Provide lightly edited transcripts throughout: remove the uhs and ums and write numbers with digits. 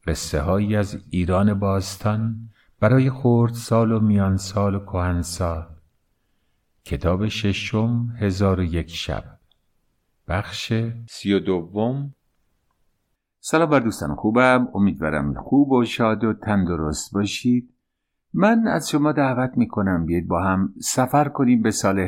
قصه هایی از ایران باستان برای خردسال و میانسال و کهنسال. کتاب ششم 1001 شب، بخش 32. سلام بر دوستان خوبم. امیدوارم خوب و شاد و تندرست باشید. من از شما دعوت میکنم بیاید با هم سفر کنیم به سال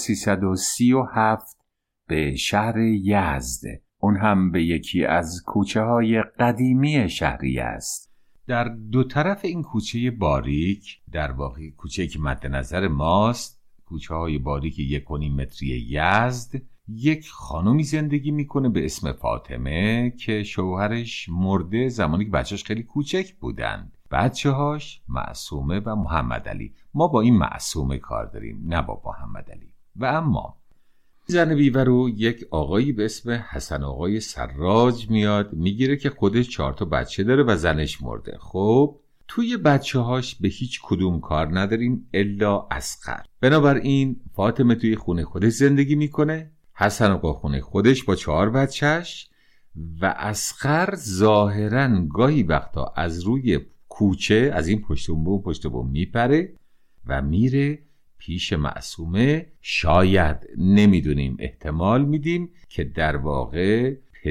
1337 به شهر یزد، اون هم به یکی از کوچه های قدیمی شهری است. در دو طرف این کوچه باریک، در واقع کوچه که مد نظر ماست، کوچه های باریک 1.5 متری یزد، یک خانومی زندگی میکنه به اسم فاطمه که شوهرش مرده زمانی که بچه‌اش خیلی کوچک بودند. بچه‌هاش معصومه و محمد علی. ما با این معصومه کار داریم، نه با محمد علی. و اما زن بیوه رو یک آقایی به اسم حسن آقای سراج میاد میگیره که خودش 4 بچه داره و زنش مرده. خب توی بچه‌هاش به هیچ کدوم کار نداریم الا اصغر. بنابراین فاطمه توی خونه خودش زندگی میکنه، حسن آقا خونه خودش با 4 بچهش و اصغر ظاهراً گاهی وقتا از روی کوچه از این پشت بوم پشت بوم میپره و میره پیش معصومه. شاید، نمیدونیم، احتمال میدیم که در واقع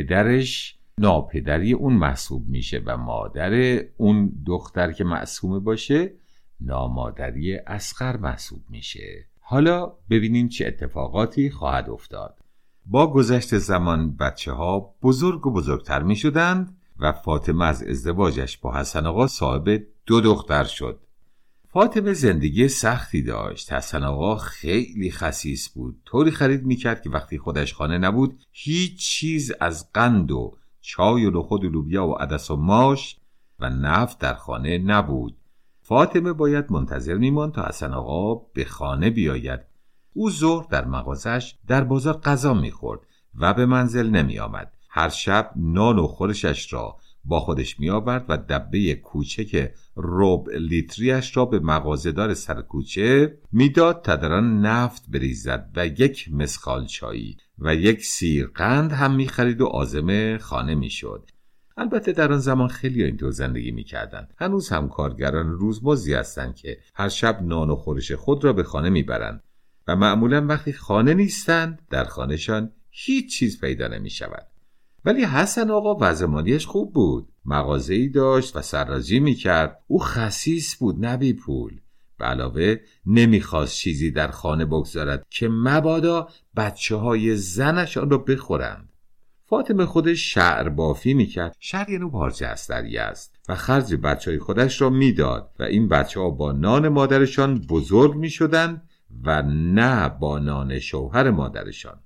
پدرش ناپدری اون محسوب میشه و مادر اون دختر که معصومه باشه نامادری اصغر محسوب میشه. حالا ببینیم چه اتفاقاتی خواهد افتاد. با گذشت زمان بچه ها بزرگ و بزرگتر می شدند و فاطمه از ازدواجش با حسن آقا صاحب 2 دختر شد. فاطمه زندگی سختی داشت. حسن آقا خیلی خسیس بود. طوری خرید میکرد که وقتی خودش خانه نبود هیچ چیز از قند و چای و نخود و لوبیا و عدس و ماش و نفت در خانه نبود. فاطمه باید منتظر میماند تا حسن آقا به خانه بیاید. او ظهر در مغازش در بازار غذا میخورد و به منزل نمی آمد. هر شب نان و خورشش را با خودش می آورد و دبه کوچک ربع لیتریش را به مغازه‌دار سر کوچه میداد تا در آن نفت بریزد و 1 مسخال چایی و 1 سیر قند هم می خرید و عازم خانه می شد. البته در آن زمان خیلی اینطور زندگی می کردن. هنوز هم کارگران روزمزدی هستند که هر شب نان و خورش خود را به خانه می برند و معمولا وقتی خانه نیستند در خانهشان هیچ چیز پیدا نمی شود. ولی حسن آقا وضع مالیش خوب بود. مغازه‌ای داشت و سررازی می کرد. او خسیس بود، نه بی پول. به علاوه نمیخواست چیزی در خانه بگذارد که مبادا بچه‌های زنش آن را بخورند. فاطمه خودش شعر بافی میکرد. شعر یعنی پارچه استری است و خرج بچه‌های خودش را میداد و این بچه‌ها با نان مادرشان بزرگ میشدند و نه با نان شوهر مادرشان.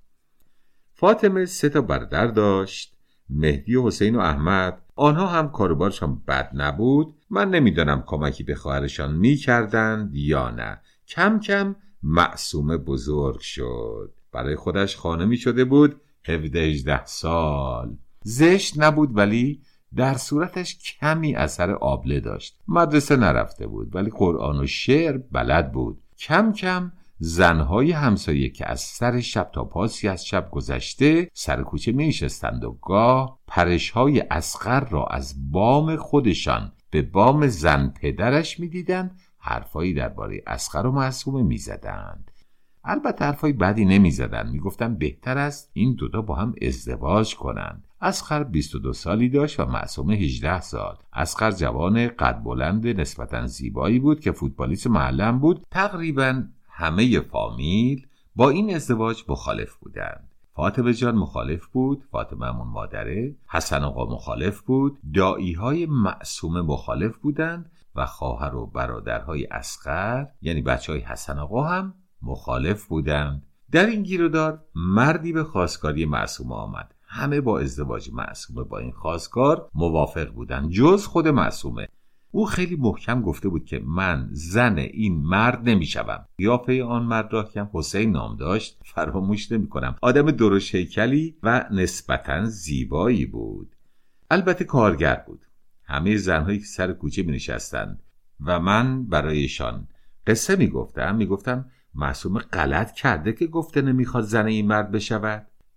فاطمه 3 برادر داشت، مهدی و حسین و احمد. آنها هم کاروبارشان بد نبود. من نمیدانم کمکی به خواهرشان میکردند یا نه. کم کم معصومه بزرگ شد. برای خودش خانه میشده بود. 17-18 سال. زشت نبود ولی در صورتش کمی اثر آبله داشت. مدرسه نرفته بود ولی قرآن و شعر بلد بود. کم کم زنهای همسایه که از سر شب تا پاسی از شب گذشته سر کوچه می نشستند و گاه پرشهای اصغر را از بام خودشان به بام زن پدرش می دیدند، حرفایی درباره اصغر و معصومه می زدند. البته حرفای بدی نمی زدند. می گفتند بهتر است این 2 با هم ازدواج کنند. اصغر 22 سالی داشت و معصومه 18 سال. اصغر جوان قد بلند نسبتاً زیبایی بود که فوتبالیست محله‌ام بود. تقریباً همه فامیل با این ازدواج مخالف بودند. فاطمه جان مخالف بود، فاطمه همون مادره. حسن آقا مخالف بود، دایی‌های معصومه مخالف بودند و خواهر و برادرهای اصغر یعنی بچه‌های حسن آقا هم مخالف بودند. در این گیرودار مردی به خواستگاری معصومه آمد. همه با ازدواج معصومه با این خواستگار موافق بودند جز خود معصومه. او خیلی محکم گفته بود که من زن این مرد نمیشوم. قیافه آن مرد را که حسین نام داشت فراموش نمی‌کنم. آدم درشت هیکلی و نسبتاً زیبایی بود. البته کارگر بود. همه زنهایی که سر کوچه می‌نشستند و من برایشان قصه میگفتم معصومه غلط کرده که گفته نمیخواد زن این مرد بشود.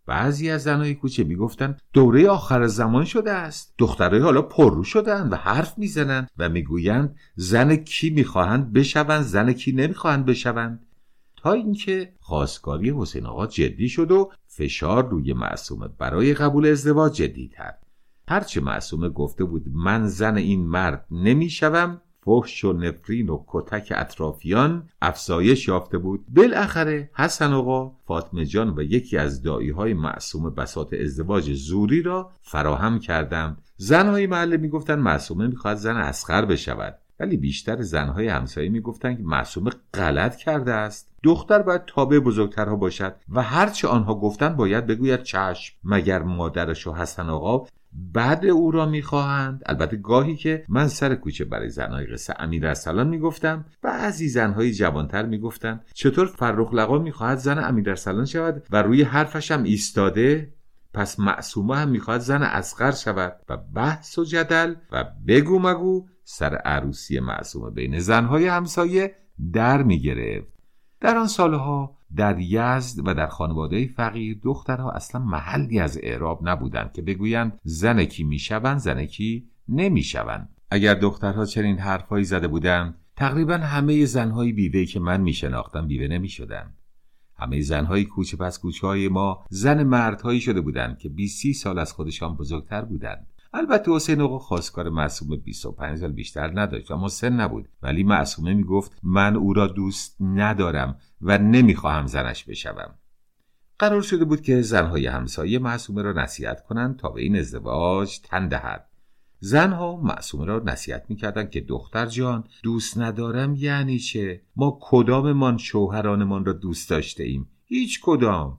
بعضی از زنهای کوچه میگفتن دوره آخر زمان شده است. دخترای حالا پررو شدن و حرف میزنن و میگویند زن کی میخواهند بشوند، زن کی نمیخواهند بشوند. تا اینکه خواستگاری حسین آقا جدی شد و فشار روی معصومه برای قبول ازدواج جدی‌تر. هرچه معصومه گفته بود من زن این مرد نمیشوم، فحش و نفرین و کتک اطرافیان افزایش یافته بود. بالاخره حسن آقا، فاطمه جان و یکی از داعی‌های معصومه بساط ازدواج زوری را فراهم کردند. زنهای محله میگفتند معصومه میخواهد زن اصغر بشود، ولی بیشتر زنهای همسایه میگفتند که معصومه غلط کرده است. دختر باید تابع بزرگترها باشد و هرچه آنها گفتند باید بگوید چشم. مگر مادرش و حسن آقا بعد او را میخواهند؟ البته گاهی که من سر کوچه برای زنهای قصه امیرارسلان میگفتم، بعضی زنهای جوانتر میگفتند چطور فرخ لقا میخواهد زن امیرارسلان شود و روی حرفش هم ایستاده، پس معصومه هم میخواهد زن اصغر شود. و بحث و جدل و بگو مگو سر عروسی معصومه بین زنهای همسایه در میگرفت. در آن سالها در یزد و در خانواده فقیر دخترها اصلا محلی از اعراب نبودند که بگویند زن کی میشوند، زن کی نمیشوند. اگر دخترها چنین حرفایی زده بودند، تقریبا همه زنهای بیوه‌ای که من میشناختم بیوه نمیشدند. همه زنهای کوچه پس کوچه های ما زن مردهایی شده بودند که 20 سال از خودشان بزرگتر بودند. البته حسین آقا خواستگار معصومه 25 سال بیشتر نداشت و مسن نبود، ولی معصومه میگفت من او را دوست ندارم و نمیخواهم زنش بشوم. قرار شده بود که زنهای همسایه معصومه را نصیحت کنند تا به این ازدواج تن دهد. زنها معصومه را نصیحت میکردند که دختر جان، دوست ندارم یعنی چه؟ ما کداممان شوهرانمان را دوست داشته ایم؟ هیچ کدام.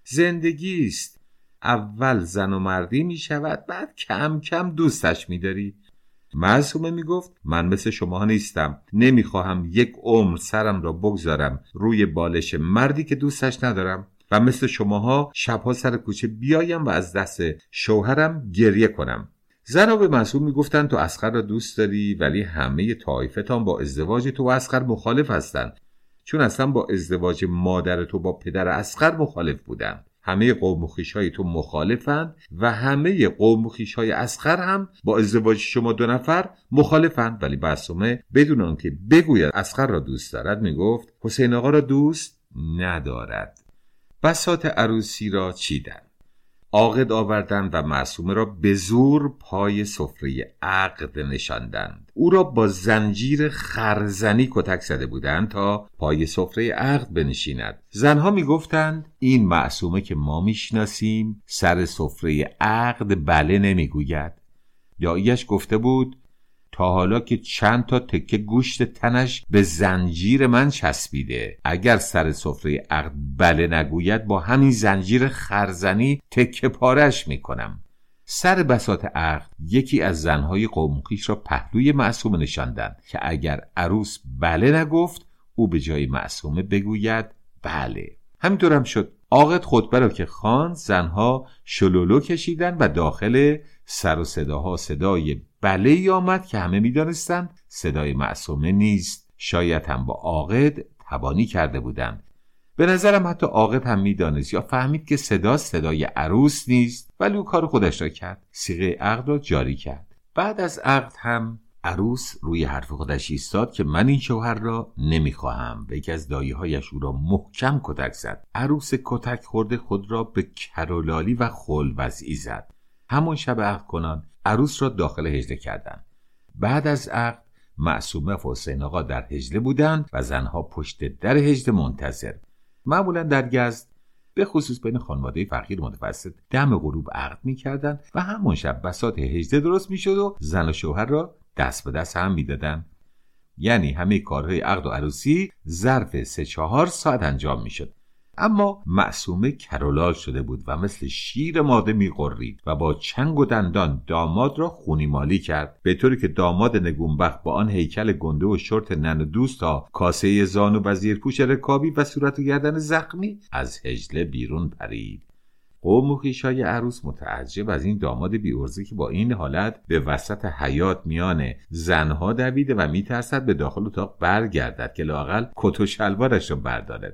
زندگی است، اول زن و مردی می شود، بعد کم کم دوستش می داری. معصومه می گفت من مثل شما نیستم، نمیخواهم یک عمر سرم را بگذارم روی بالش مردی که دوستش ندارم و مثل شماها شبها سر کوچه بیایم و از دست شوهرم گریه کنم. زنها به معصوم می گفتن تو اصغر را دوست داری، ولی همه طایفتان با ازدواج تو و اصغر مخالف هستند، چون اصلا با ازدواج مادر تو با پدر اصغر مخالف بودند. همه قوم و خویش‌های تو مخالفند و همه قوم و خویش‌های اصغر هم با ازدواج شما دو نفر مخالفند. ولی معصومه بدون آنکه بگوید اصغر را دوست دارد میگفت حسین آقا را دوست ندارد. بساط عروسی را چیدند، عاقد آوردند و معصومه را به زور پای سفره عقد نشاندند. او را با زنجیر خرزنی کتک زده بودند تا پای سفره عقد بنشیند. زنها میگفتند این معصومه که ما میشناسیم سر سفره عقد بله نمیگوید. داییش گفته بود تا حالا که چند تا تکه گوشت تنش به زنجیر من چسبیده، اگر سر سفره عقد بله نگوید با همین زنجیر خرزنی تکه پارش میکنم. سر بساط عقد یکی از زنهای قوم خویش را پهلوی معصومه نشاندند که اگر عروس بله نگفت او به جای معصومه بگوید بله. همینطور هم شد. عاقد خطبه را که خواند زنها شلولو کشیدند و داخل سر و صداها صدای بله آمد که همه می‌دانستند صدای معصومه نیست، شاید هم با عاقد تبانی کرده بودند. به نظرم حتی عاقد هم می‌دانست یا فهمید که صدای عروس نیست، ولی او کار خودش را کرد، صیغه عقد را جاری کرد. بعد از عقد هم عروس روی حرف خودش ایستاد که من این شوهر را نمیخواهم و یکی از دایی‌هایش او را محکم کتک زد. عروس کتک خورده خود را به کرولالی و خل وضعی زد. همون شب عقد کنان عروس را داخل حجله کردند. بعد از عقد معصومه و حسین آقا در حجله بودند و زنها پشت در حجله منتظر. معمولا در یزد به خصوص بین خانواده فقیر متوسط دم غروب عقد می‌کردند و همون شب بساط حجله درست می‌شد و زن و شوهر را دست به دست هم می‌دادند. یعنی همه کارهای عقد و عروسی ظرف 3-4 ساعت انجام می‌شد. اما معصومه کرولال شده بود و مثل شیر ماده می‌غرید و با چنگ و دندان داماد را خونی مالی کرد، به طوری که داماد نگونبخت با آن هیکل گنده و شورت نن و دوست تا کاسه زانو و زیرپوش رکابی و صورت و گردن زخمی از حجله بیرون پرید. قوم و خویشای عروس متعجب از این داماد بی‌عرضه که با این حالت به وسط حیاط میان زنها دویده و میترسد به داخل اتاق برگردد که لااقل کت و شلوارش را بردارد.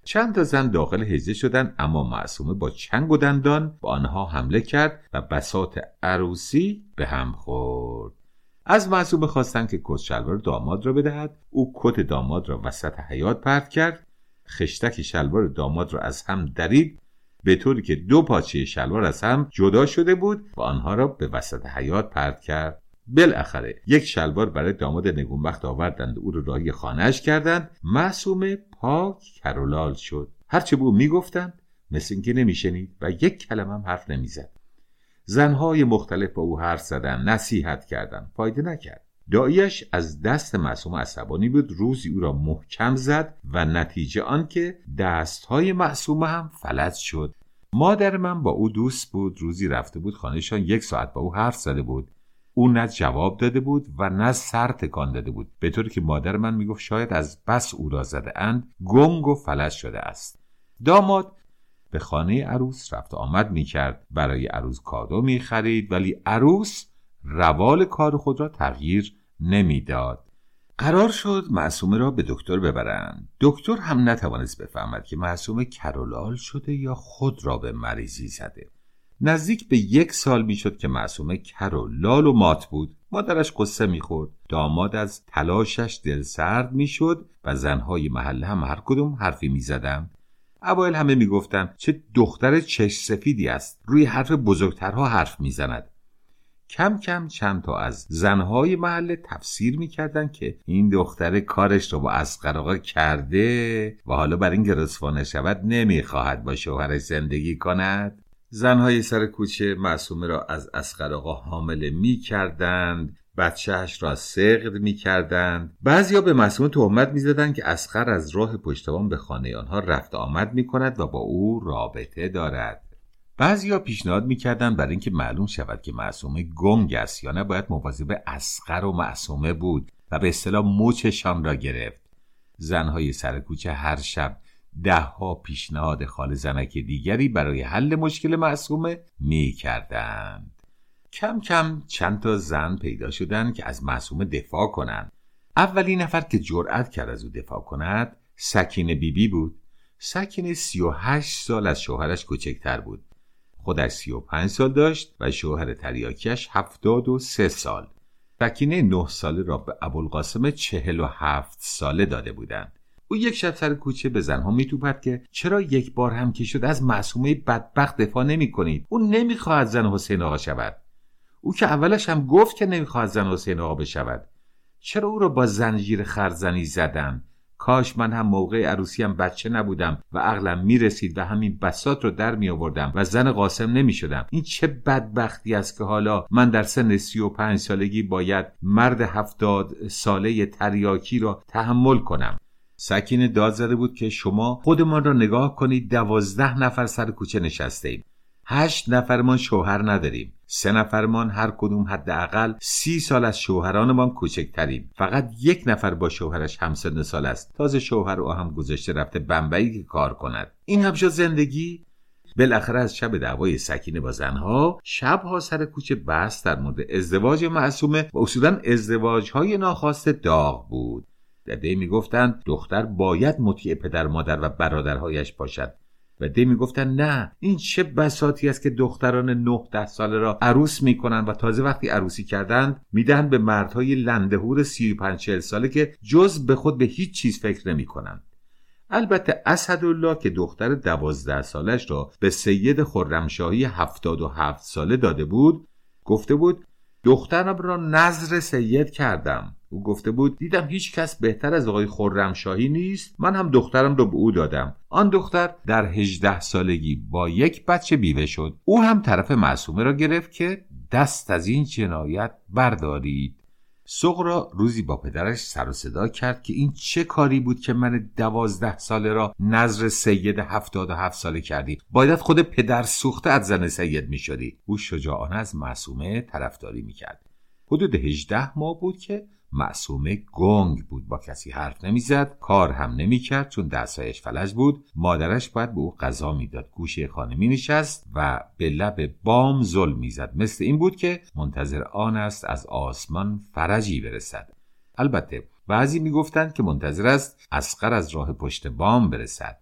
چند تا زن داخل حجره شدند، اما معصومه با چنگ و دندان به آنها حمله کرد و بساط عروسی به هم خورد. از معصومه خواستند که کت شلوار داماد را بدهد. او کت داماد را وسط حیاط پرت کرد، خشتک شلوار داماد را از هم درید به طوری که 2 پاچه شلوار از هم جدا شده بود و آنها را به وسط حیاط پرت کرد. بالاخره یک شلوار برای داماد نگونبخت آوردند و او را راهی خانه‌اش کردند. معصومه پاک کرولال شد. هرچه به او میگفتند مثل اینکه نمیشنید و یک کلمه هم حرف نمیزد. زنهای مختلف با او حرف زدند، نصیحت کردند، فایده نکرد. داییش از دست معصومه عصبانی بود. روزی او را محکم زد و نتیجه آن که دستهای معصومه هم فلج شد. مادر من با او دوست بود. روزی رفته بود خانهشان، 1 ساعت با او حرف زده بود. او نه جواب داده بود و نه سر تکان داده بود، به طوری که مادر من میگفت شاید از بس او را زده اند گنگ و فلج شده است. داماد به خانه عروس رفت آمد میکرد، برای عروس کادو میخرید، ولی عروس روال کار خود را تغییر نمیداد. قرار شد معصومه را به دکتر ببرند. دکتر هم نتوانست بفهمد که معصومه کرولال شده یا خود را به مریضی زده. نزدیک به 1 سال میشد که معصومه کر و لال و مات بود. مادرش قصه میخورد. داماد از تلاشش دلسرد میشد و زنهای محله هم هر کدوم حرفی میزدند. اوایل همه میگفتند چه دختر چشم سفیدی است، روی حرف بزرگترها حرف میزند. کم کم چند تا از زنهای محله تفسیر میکردند که این دختر کارش رو با اصغر آقا کرده و حالا برای اینکه رسوا نشود نمیخواهد با شوهرش زندگی کند. زنهای سر کوچه معصومه را از اصغر آقا حامله میکردند، بچه‌اش را سقط میکردند. بعضیا به معصومه تهمت میزدند که اصغر از راه پشتبان به خانه آنها رفت آمد میکند و با او رابطه دارد. بعضیا پیشنهاد میکردند برای اینکه معلوم شود که معصومه گنگ است یا نه باید مواظب اصغر و معصومه بود و به اصطلاح مچشان را گرفت. زنهای سر کوچه هر شب 10 پیشنهاد خال زنک دیگری برای حل مشکل معصومه میکردند. کم کم چند تا زن پیدا شدند که از معصومه دفاع کنند. اولین نفر که جرأت کرد از او دفاع کند سکینه بیبی بود. سکینه 38 سال از شوهرش کوچکتر بود. خودش 35 سال داشت و شوهر تریاکیش 73 سال. سکینه 9 ساله را به ابوالقاسم 47 ساله داده بودند. او یک شب سر کوچه به زنها میتوپد که چرا یک بار هم که شد از معصومه بدبخت دفاع نمی کنید؟ او نمیخواهد زن حسین آقا شود. او که اولش هم گفت که نمیخواهد زن حسین آقا بشود. چرا او را با زنجیر خرزنی زدن؟ کاش من هم موقع عروسی هم بچه نبودم و عقلم میرسید و همین بساط رو در می آوردم و زن قاسم نمی شدم. این چه بدبختی است که حالا من در سن 35 سالگی باید مرد 70 ساله تریاکی را تحمل کنم. سکینه داد زده بود که شما خودمان را نگاه کنید، 12 نفر سر کوچه نشسته ایم. 8 نفرمان شوهر نداریم. 3 نفرمان هر کدوم حداقل 30 سال از شوهرانمان کوچکتریم. فقط 1 نفر با شوهرش همسن سال است. تازه شوهر او هم گذاشته رفته بمبئی که کار کند. این هم شد زندگی. بالاخره از شب دعوای سکینه با زنها، شبها سر کوچه بحث در مورد ازدواج معصومه و اصولا ازدواج‌های ناخواسته داغ بود. عده‌ای میگفتند دختر باید مطیع پدر مادر و برادرهایش باشد و عده‌ای میگفتند نه، این چه بساطی است که دختران 9-10 ساله را عروس میکنند و تازه وقتی عروسی کردند میدهند به مردهای لندهور 35-40 ساله که جز به خود به هیچ چیز فکر نمیکنند. البته اسدالله که دختر 12 سالش را به سید خرمشاهی 77 ساله داده بود گفته بود دخترم را نذر سید کردم. او گفته بود دیدم هیچ کس بهتر از آقای خرمشاهی نیست، من هم دخترم را به او دادم. آن دختر در 18 سالگی با یک بچه بیوه شد. او هم طرف معصومه را گرفت که دست از این جنایت بردارید. صغرا روزی با پدرش سر و صدا کرد که این چه کاری بود که من 12 ساله را نذر سید 77 ساله کردی؟ باید خود پدر سوخته از زن سید می شدی. او شجاعانه از معصومه طرفداری می کرد. حدود 18 ماه بود که معصومه گنگ بود، با کسی حرف نمی زد، کار هم نمی کرد چون دستایش فلج بود. مادرش باید به او غذا می داد. گوشه خانه می نشست و به لب بام زل می زد. مثل این بود که منتظر آن است از آسمان فرجی برسد. البته بعضی می گفتند که منتظر است اصغر از راه پشت بام برسد.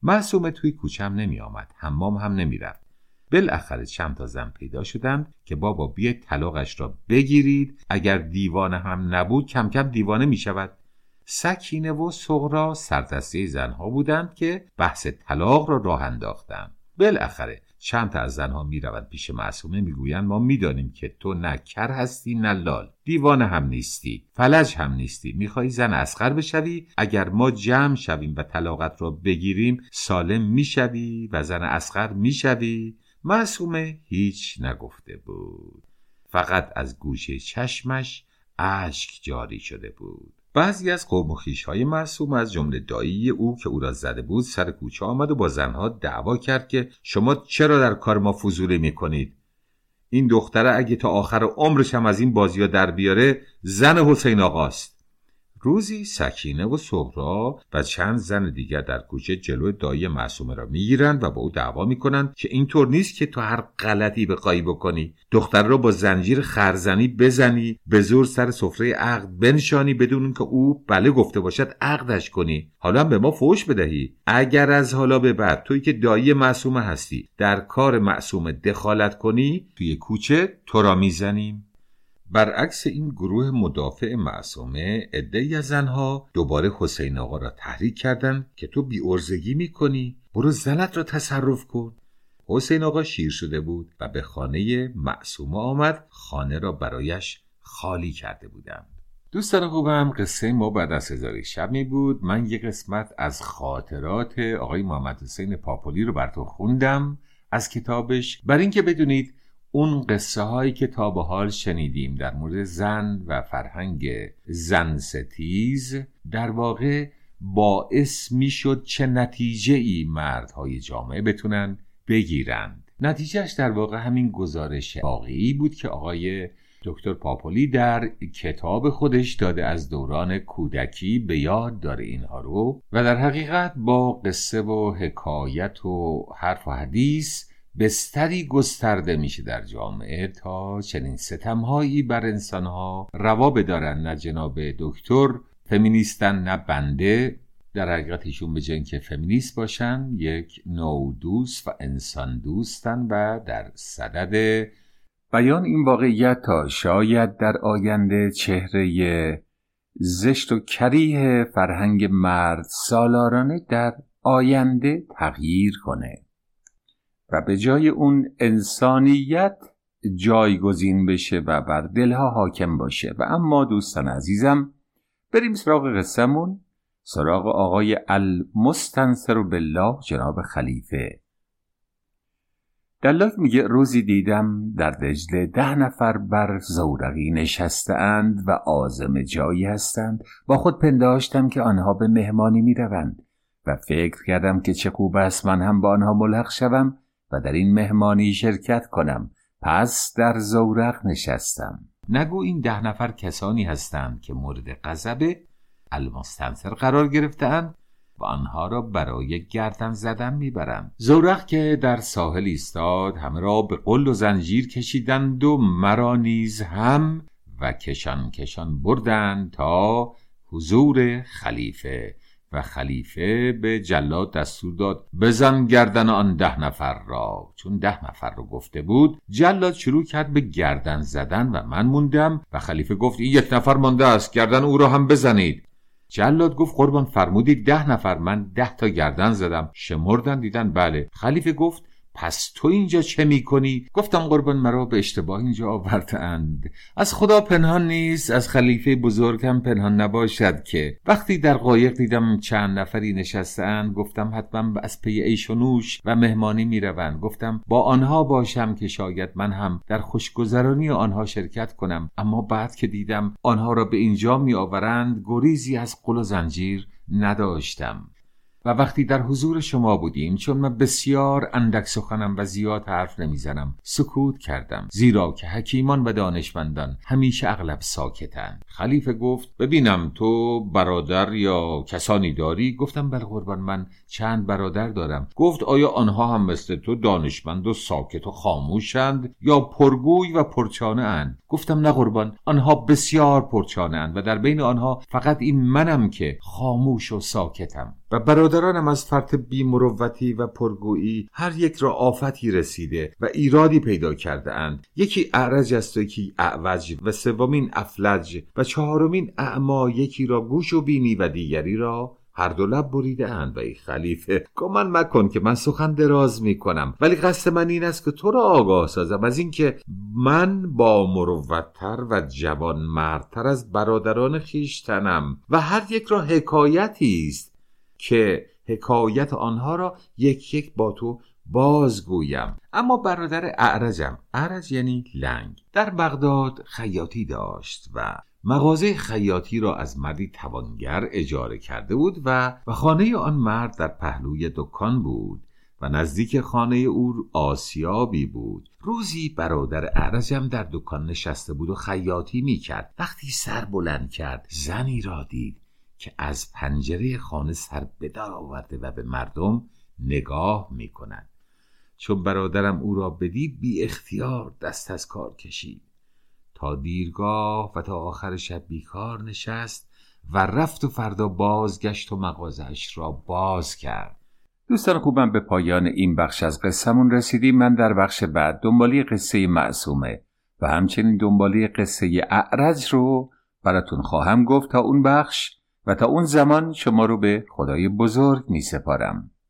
معصومه توی کوچه هم نمی آمد، حمام هم نمی رفت. بالاخره چند تا زن پیدا شدند که بابا بیاید طلاقش را بگیرید، اگر دیوانه هم نبود کم کم دیوانه می شود. سکینه و صغرا سردسته زنها بودند که بحث طلاق را راه انداختند. بالاخره چند تا از زنها می روند پیش معصومه، می گویند ما می دانیم که تو نه کر هستی نه لال، دیوانه هم نیستی، فلج هم نیستی، می خواهی زن اصغر بشوی، اگر ما جمع شویم و طلاقت را بگیریم سالم می شوی و زن اصغر می شوی. معصومه هیچ نگفته بود، فقط از گوشه چشمش اشک جاری شده بود. بعضی از قوم و خویش‌های معصومه از جمله دایی او که او را زده بود سر کوچه آمد و با زنها دعوا کرد که شما چرا در کار ما فضولی میکنید؟ این دختره اگه تا آخر عمرش هم از این بازی‌ها در بیاره زن حسین آقاست. روزی سکینه و صغرا و چند زن دیگر در کوچه جلوی دایی معصومه را میگیرند و با او دعوا میکنند که اینطور نیست که تو هر غلطی بخوای بکنی، دختر را با زنجیر خرزنی بزنی، به زور سر سفره عقد بنشانی بدون اینکه او بله گفته باشد عقدش کنی، حالا هم به ما فحش بدهی. اگر از حالا به بعد تویی که دایی معصومه هستی در کار معصومه دخالت کنی توی کوچه تو را میزنیم. برعکس این گروه مدافع معصومه، عده‌ای از زنها دوباره حسین آقا را تحریک کردند که تو بی‌عرضگی میکنی، برو زنت را تصرف کن. حسین آقا شیر شده بود و به خانه معصومه آمد، خانه را برایش خالی کرده بودند. دوستان خوبم، قصه ما بعد از 1000 شب می بود. من یک قسمت از خاطرات آقای محمد حسین پاپولی رو براتون خوندم از کتابش، برای اینکه بدونید اون قصه هایی که تا به حال شنیدیم در مورد زن و فرهنگ زن ستیز در واقع باعث می شد چه نتیجه ای مردهای جامعه بتونن بگیرند. نتیجهش در واقع همین گزارش واقعی بود که آقای دکتر پاپولی در کتاب خودش داده، از دوران کودکی به یاد داره اینها رو و در حقیقت با قصه و حکایت و حرف و حدیث بستری گسترده میشه در جامعه تا چنین ستمهایی بر انسانها روا بدارن. نه جناب دکتر فمینیستن نه بنده، در حقیقت ایشون به جای اینکه فمینیست باشن یک نوع دوست و انسان دوستن و در صدد بیان این واقعیت تا شاید در آینده چهره زشت و کریه فرهنگ مرد سالارانه در آینده تغییر کنه و به جای اون انسانیت جایگزین بشه و بر دلها حاکم باشه. و اما دوستان عزیزم، بریم سراغ قصه‌مون، سراغ آقای المستنصر بالله جناب خلیفه. دلاک میگه روزی دیدم در دجله 10 نفر بر زورقی نشسته اند و عازم جایی هستند. با خود پنداشتم که آنها به مهمانی میروند و فکر کردم که چه خوب است من هم با آنها ملحق شوم و در این مهمانی شرکت کنم. پس در زورق نشستم. نگو این 10 نفر کسانی هستند که مورد غضب المستنصر قرار گرفتند و آنها را برای گردن زدن میبرند. زورق که در ساحل ایستاد همه را به قل و زنجیر کشیدند و مرا نیز هم و کشان کشان بردند تا حضور خلیفه و خلیفه به جلاد دستور داد بزن گردن آن 10 نفر را. چون 10 نفر رو گفته بود، جلاد شروع کرد به گردن زدن و من موندم و خلیفه گفت این 1 نفر مانده است، گردن او را هم بزنید. جلاد گفت قربان فرمودید 10 نفر، من 10 تا گردن زدم. شمردن دیدن بله. خلیفه گفت پس تو اینجا چه میکنی؟ گفتم قربان مرا به اشتباه اینجا آوردند. از خدا پنهان نیست، از خلیفه بزرگم پنهان نباشد که. وقتی در قایق دیدم چند نفری نشستند، گفتم حتما از پی عیش و نوش و مهمانی میروند. گفتم با آنها باشم که شاید من هم در خوشگذرانی آنها شرکت کنم. اما بعد که دیدم آنها را به اینجا میآورند، گریزی از قل و زنجیر نداشتم. و وقتی در حضور شما بودیم، چون من بسیار اندک سخنم و زیاد حرف نمیزنم، سکوت کردم، زیرا که حکیمان و دانشمندان همیشه اغلب ساکتند. خلیفه گفت ببینم تو برادر یا کسانی داری؟ گفتم بله قربان من چند برادر دارم. گفت آیا آنها هم مثل تو دانشمند و ساکت و خاموشند یا پرگوی و پرچانه اند؟ گفتم نه قربان، آنها بسیار پرچانه اند و در بین آنها فقط این منم که خاموش و ساکتم. و برادر برادرانم از فرط بی‌مروتی و پرگویی هر یک را آفتی رسیده و ایرادی پیدا کرده اند. یکی اعرج است و یکی اعوج و سومین افلج و چهارمین اعما، یکی را گوش و بینی و دیگری را هر دو لب بریده اند. و ای خلیفه گمان مکن که من سخن دراز می کنم، ولی قصد من این است که تو را آگاه سازم از این که من با مروت‌تر و جوان مردتر از برادران خیشتنم و هر یک را حکایتی است که حکایت آنها را یک یک با تو بازگویم. اما برادر اعرجم، اعرج یعنی لنگ، در بغداد خیاطی داشت و مغازه خیاطی را از مردی توانگر اجاره کرده بود و خانه آن مرد در پهلوی دکان بود و نزدیک خانه او آسیابی بود. روزی برادر اعرجم در دکان نشسته بود و خیاطی می کرد. وقتی سر بلند کرد زنی را دید که از پنجره خانه سر به در آورده و به مردم نگاه می کند. چون برادرم او را بدید بی اختیار دست از کار کشید. تا دیرگاه و تا آخر شب بیکار نشست و رفت و فردا بازگشت و مغازه‌اش را باز کرد. دوستان خوبم، به پایان این بخش از قصه‌مون رسیدیم. من در بخش بعد دنبالی قصه معصومه و همچنین دنبالی قصه اعرج رو براتون خواهم گفت. تا اون بخش و تا اون زمان شما رو به خدای بزرگ می سپارم.